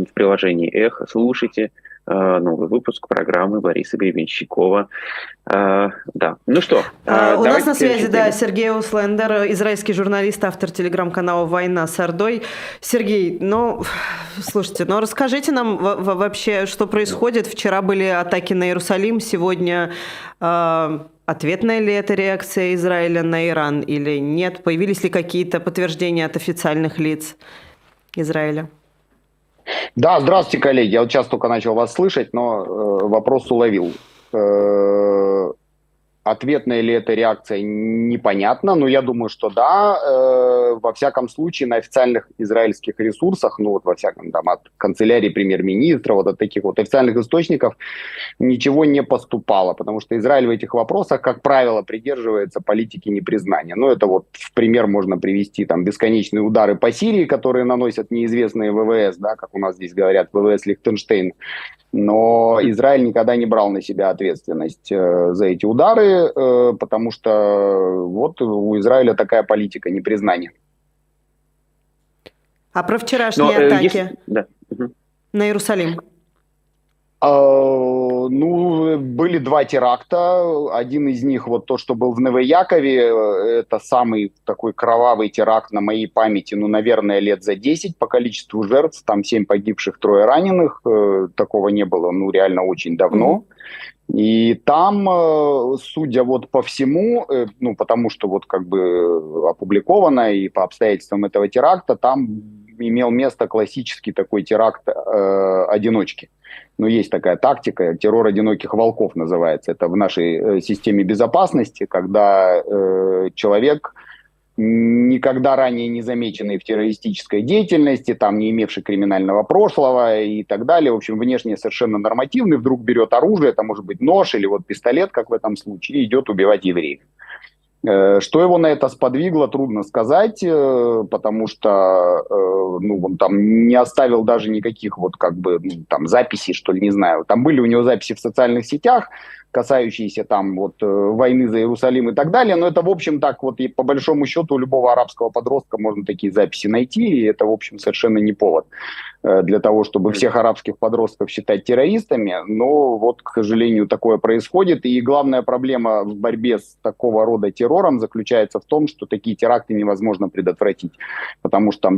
в приложении «Эхо». Слушайте новый выпуск программы Бориса Гребенщикова. Да. Ну что, у нас на связи, теме. Сергей Услендер, израильский журналист, автор телеграм-канала «Война с Ордой». Сергей, слушайте, расскажите нам вообще, что происходит. Вчера были атаки на Иерусалим, сегодня ответная ли это реакция Израиля на Иран или нет? Появились ли какие-то подтверждения от официальных лиц Израиля? Да, здравствуйте, коллеги. Я вот сейчас только начал вас слышать, но вопрос уловил. Ответная ли это реакция, непонятно, но я думаю, что да. Во всяком случае, на официальных израильских ресурсах, во всяком от канцелярии премьер-министра, от таких официальных источников ничего не поступало, потому что Израиль в этих вопросах, как правило, придерживается политики непризнания. Это в пример можно привести бесконечные удары по Сирии, которые наносят неизвестные ВВС, как у нас здесь говорят, ВВС Лихтенштейн. Но Израиль никогда не брал на себя ответственность за эти удары, потому что у Израиля такая политика непризнания. А про вчерашние атаки на Иерусалим? Были два теракта. Один из них, то, что был в Новоякове, это самый такой кровавый теракт на моей памяти, наверное, лет за 10 по количеству жертв. Там 7 погибших, 3 раненых. Такого не было, реально очень давно. И там, судя по всему, потому что опубликовано и по обстоятельствам этого теракта, там имел место классический такой теракт одиночки. Есть такая тактика, террор одиноких волков называется. Это в нашей системе безопасности, когда человек, никогда ранее не замеченный в террористической деятельности, не имевший криминального прошлого и так далее, в общем, внешне совершенно нормативный, вдруг берет оружие, это может быть нож или пистолет, как в этом случае, и идет убивать евреев. Что его на это сподвигло, трудно сказать, потому что он там не оставил даже никаких записей, что ли, не знаю. Там были у него записи в социальных сетях, касающиеся войны за Иерусалим и так далее, но это, в общем, и по большому счету у любого арабского подростка можно такие записи найти, и это, в общем, совершенно не повод для того, чтобы всех арабских подростков считать террористами, но к сожалению, такое происходит, и главная проблема в борьбе с такого рода террором заключается в том, что такие теракты невозможно предотвратить, потому что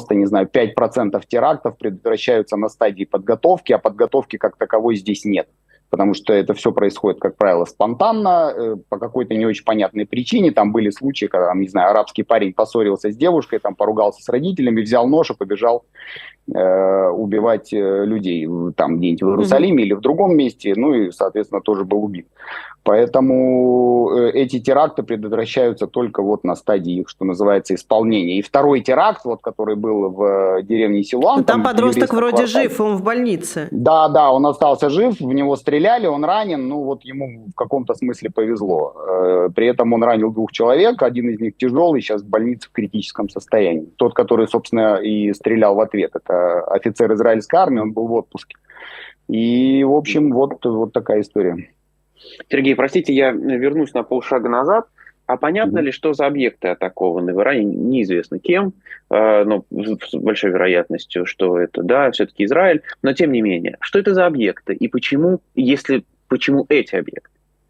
95% терактов предотвращаются на стадии подготовки, а подготовки как таковой здесь нет. Потому что это все происходит, как правило, спонтанно, по какой-то не очень понятной причине. Там были случаи, когда, арабский парень поссорился с девушкой, поругался с родителями, взял нож и побежал убивать людей где-нибудь в Иерусалиме или в другом месте, и, соответственно, тоже был убит. Поэтому эти теракты предотвращаются только на стадии их, что называется, исполнения. И второй теракт, который был в деревне Силуан. Там подросток вроде жив, он в больнице. Да, он остался жив, в него стреляли, он ранен, ему в каком-то смысле повезло. При этом он ранил 2 человек, один из них тяжелый, сейчас в больнице в критическом состоянии. Тот, который, собственно, и стрелял в ответ, это офицер израильской армии, он был в отпуске. И, в общем, вот такая история. Сергей, простите, я вернусь на полшага назад. А понятно ли, что за объекты атакованы в Иране? Неизвестно кем, но с большой вероятностью, что это, все-таки Израиль. Но тем не менее, что это за объекты и почему эти объекты?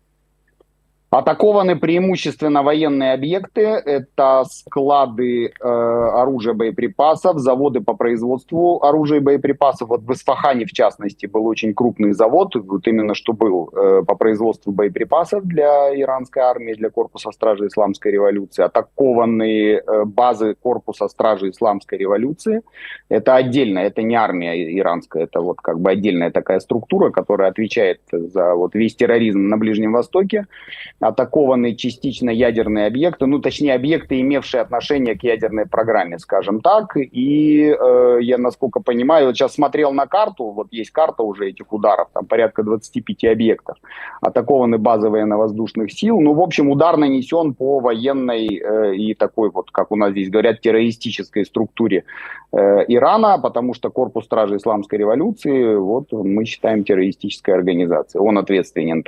Атакованы преимущественно военные объекты. Это склады оружия, боеприпасов, заводы по производству оружия и боеприпасов. В Исфахане, в частности, был очень крупный завод, именно что был по производству боеприпасов для иранской армии, для корпуса стражи исламской революции. Атакованы базы корпуса стражи исламской революции. Это отдельно, это не армия иранская, это отдельная такая структура, которая отвечает за весь терроризм на Ближнем Востоке. Атакованы частично ядерные объекты, точнее объекты, имевшие отношение к ядерной программе, скажем так. И я, насколько понимаю, сейчас смотрел на карту, есть карта уже этих ударов, там порядка 25 объектов. Атакованы базы военно-воздушных сил. В общем, удар нанесен по военной и такой, как у нас здесь говорят, террористической структуре Ирана, потому что корпус стражи исламской революции, мы считаем террористической организацией. Он ответственен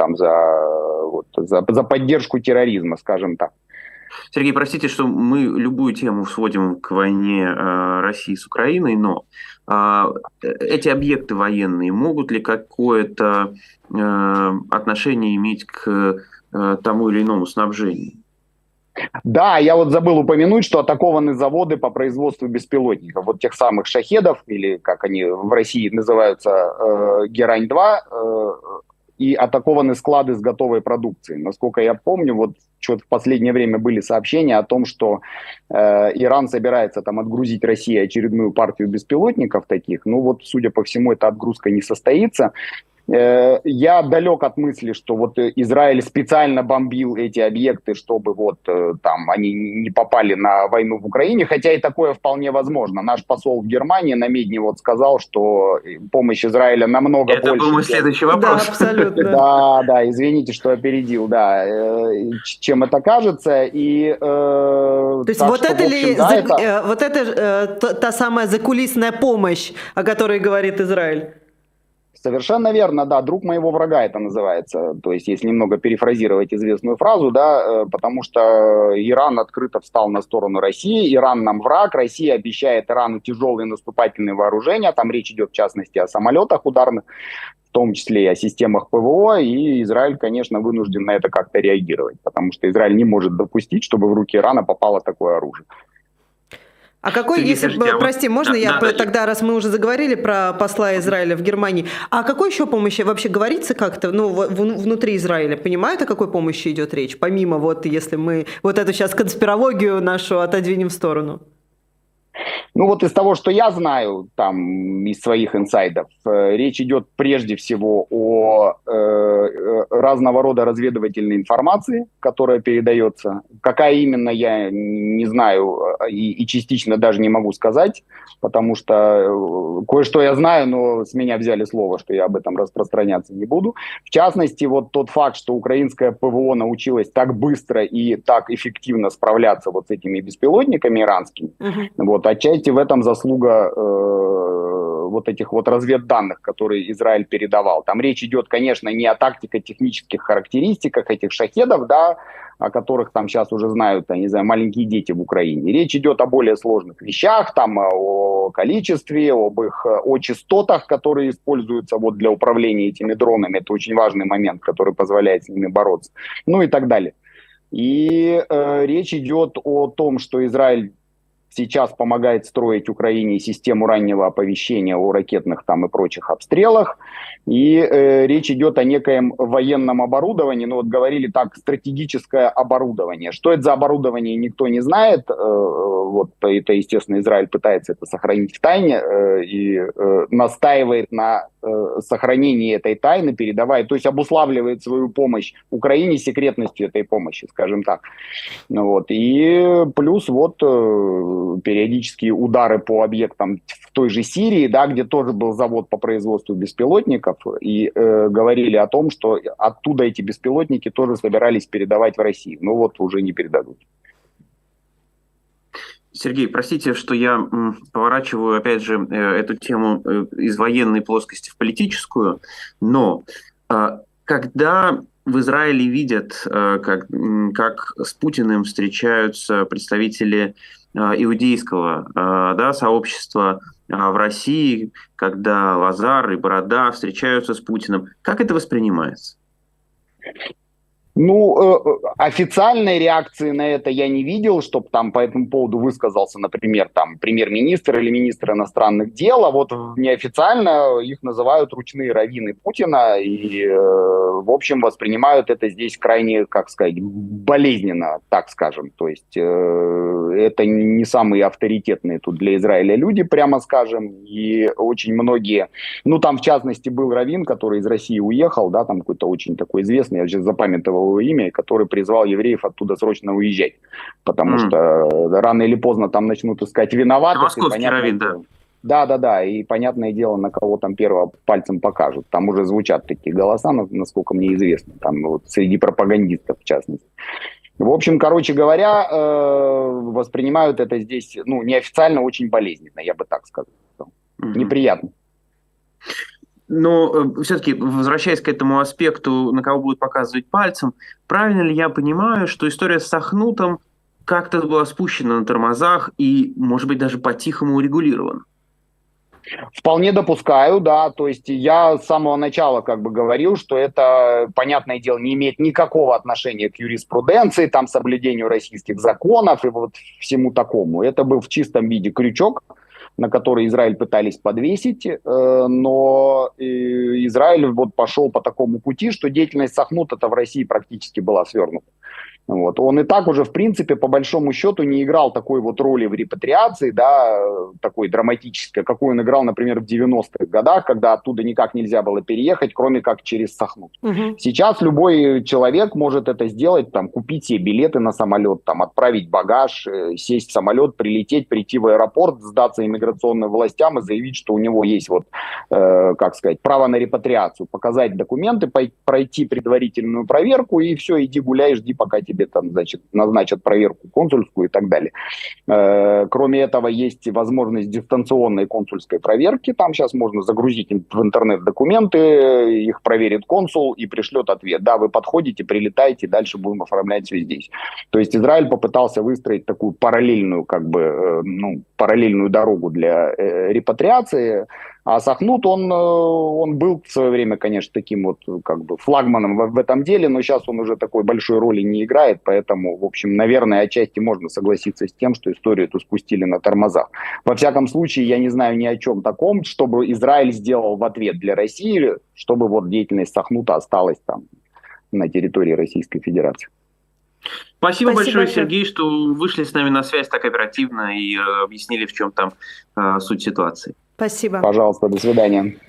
за поддержку терроризма, скажем так. Сергей, простите, что мы любую тему сводим к войне России с Украиной, но эти объекты военные могут ли какое-то отношение иметь к тому или иному снабжению? Да, я вот забыл упомянуть, что атакованы заводы по производству беспилотников, вот тех самых «Шахедов», или как они в России называются, «Герань-2», и атакованы склады с готовой продукцией. Насколько я помню, вот что-то в последнее время были сообщения о том, что Иран собирается там отгрузить России очередную партию беспилотников таких. Ну вот, судя по всему, эта отгрузка не состоится. Я далек от мысли, что вот Израиль специально бомбил эти объекты, чтобы вот там они не попали на войну в Украине, хотя и такое вполне возможно. Наш посол в Германии на Медне вот сказал, что помощь Израиля намного больше. Это был мой следующий вопрос. Да, абсолютно. Да, извините, что опередил, да, чем это кажется. И, то есть вот это ли вот это та самая закулисная помощь, о которой говорит Израиль? Совершенно верно, да, друг моего врага это называется, то есть если немного перефразировать известную фразу, да, потому что Иран открыто встал на сторону России, Иран нам враг, Россия обещает Ирану тяжелые наступательные вооружения, там речь идет в частности о самолетах ударных, в том числе и о системах ПВО, и Израиль, конечно, вынужден на это как-то реагировать, потому что Израиль не может допустить, чтобы в руки Ирана попало такое оружие. А какой, если, прости, можно я тогда, раз мы уже заговорили про посла Израиля в Германии, а о какой еще помощи вообще говорится как-то, ну, внутри Израиля? Понимают, о какой помощи идет речь? Помимо вот, если мы вот эту сейчас конспирологию нашу отодвинем в сторону. Ну вот из того, что я знаю, там, из своих инсайдов, речь идет прежде всего о разного рода разведывательной информации, которая передается. Какая именно, я не знаю и частично даже не могу сказать, потому что кое-что я знаю, но с меня взяли слово, что я об этом распространяться не буду. В частности, вот тот факт, что украинское ПВО научилось так быстро и так эффективно справляться вот с этими беспилотниками иранскими, вот, отчасти в этом заслуга вот этих вот разведданных, которые Израиль передавал. Там речь идет, конечно, не о тактико-технических характеристиках этих шахедов, да, о которых там сейчас уже знают, я не знаю, маленькие дети в Украине. Речь идет о более сложных вещах, там о количестве, о частотах, которые используются вот для управления этими дронами. Это очень важный момент, который позволяет с ними бороться. Ну и так далее. И речь идет о том, что Израиль сейчас помогает строить Украине систему раннего оповещения о ракетных там и прочих обстрелах. И речь идет о некоем военном оборудовании. Ну вот говорили так, стратегическое оборудование. Что это за оборудование, никто не знает. Вот это, естественно, Израиль пытается это сохранить в тайне и настаивает на сохранении этой тайны, передавая, то есть обуславливает свою помощь Украине секретностью этой помощи, скажем так. Вот. И плюс вот периодические удары по объектам в той же Сирии, да, где тоже был завод по производству беспилотников, и говорили о том, что оттуда эти беспилотники тоже собирались передавать в Россию. Но вот уже не передадут. Сергей, простите, что я поворачиваю, опять же, эту тему из военной плоскости в политическую, но когда в Израиле видят, как с Путиным встречаются представители иудейского сообщества в России, когда Лазар и Борода встречаются с Путиным, как это воспринимается? Ну, официальной реакции на это я не видел, чтобы там по этому поводу высказался, например, там премьер-министр или министр иностранных дел, а вот неофициально их называют ручные раввины Путина и, в общем, воспринимают это здесь крайне, как сказать, болезненно, так скажем. То есть это не самые авторитетные тут для Израиля люди, прямо скажем, и очень многие, ну, там в частности был раввин, который из России уехал, да, там какой-то очень такой известный, я сейчас запамятовал его имя, который призвал евреев оттуда срочно уезжать, потому что рано или поздно там начнут искать виноватых. Московский раввин, да. Да, и понятное дело, на кого там первого пальцем покажут. Там уже звучат такие голоса, насколько мне известно, там вот среди пропагандистов в частности. В общем, короче говоря, воспринимают это здесь, ну, неофициально очень болезненно, я бы так сказал. Неприятно. Но все-таки, возвращаясь к этому аспекту, на кого будут показывать пальцем, правильно ли я понимаю, что история с Ахнутом как-то была спущена на тормозах и, может быть, даже по-тихому урегулирована? Вполне допускаю, да. То есть я с самого начала как бы говорил, что это, понятное дело, не имеет никакого отношения к юриспруденции, там, соблюдению российских законов и вот всему такому. Это был в чистом виде крючок, на который Израиль пытались подвесить, но Израиль вот пошел по такому пути, что деятельность Сахнута-то в России практически была свернута. Вот. Он и так уже, в принципе, по большому счету не играл такой вот роли в репатриации, да, такой драматической, какой он играл, например, в 90-х годах, когда оттуда никак нельзя было переехать, кроме как через Сахнут. Угу. Сейчас любой человек может это сделать, там, купить себе билеты на самолет, там, отправить багаж, сесть в самолет, прилететь, прийти в аэропорт, сдаться иммиграционным властям и заявить, что у него есть вот, как сказать, право на репатриацию, показать документы, пройти предварительную проверку и все, иди гуляй, жди, пока тебе там, значит, назначат проверку консульскую и так далее. Кроме этого, есть возможность дистанционной консульской проверки. Там сейчас можно загрузить в интернет документы, их проверит консул и пришлет ответ. Да, вы подходите, прилетаете, дальше будем оформлять все здесь. То есть Израиль попытался выстроить такую параллельную, как бы, параллельную дорогу для репатриации. А Сахнут, он был в свое время, конечно, таким вот как бы флагманом в этом деле, но сейчас он уже такой большой роли не играет, поэтому, в общем, наверное, отчасти можно согласиться с тем, что историю эту спустили на тормозах. Во всяком случае, я не знаю ни о чем таком, чтобы Израиль сделал в ответ для России, чтобы вот деятельность Сахнута осталась там на территории Российской Федерации. Спасибо большое, Сергей, что вышли с нами на связь так оперативно и объяснили, в чем там суть ситуации. Спасибо. Пожалуйста, до свидания.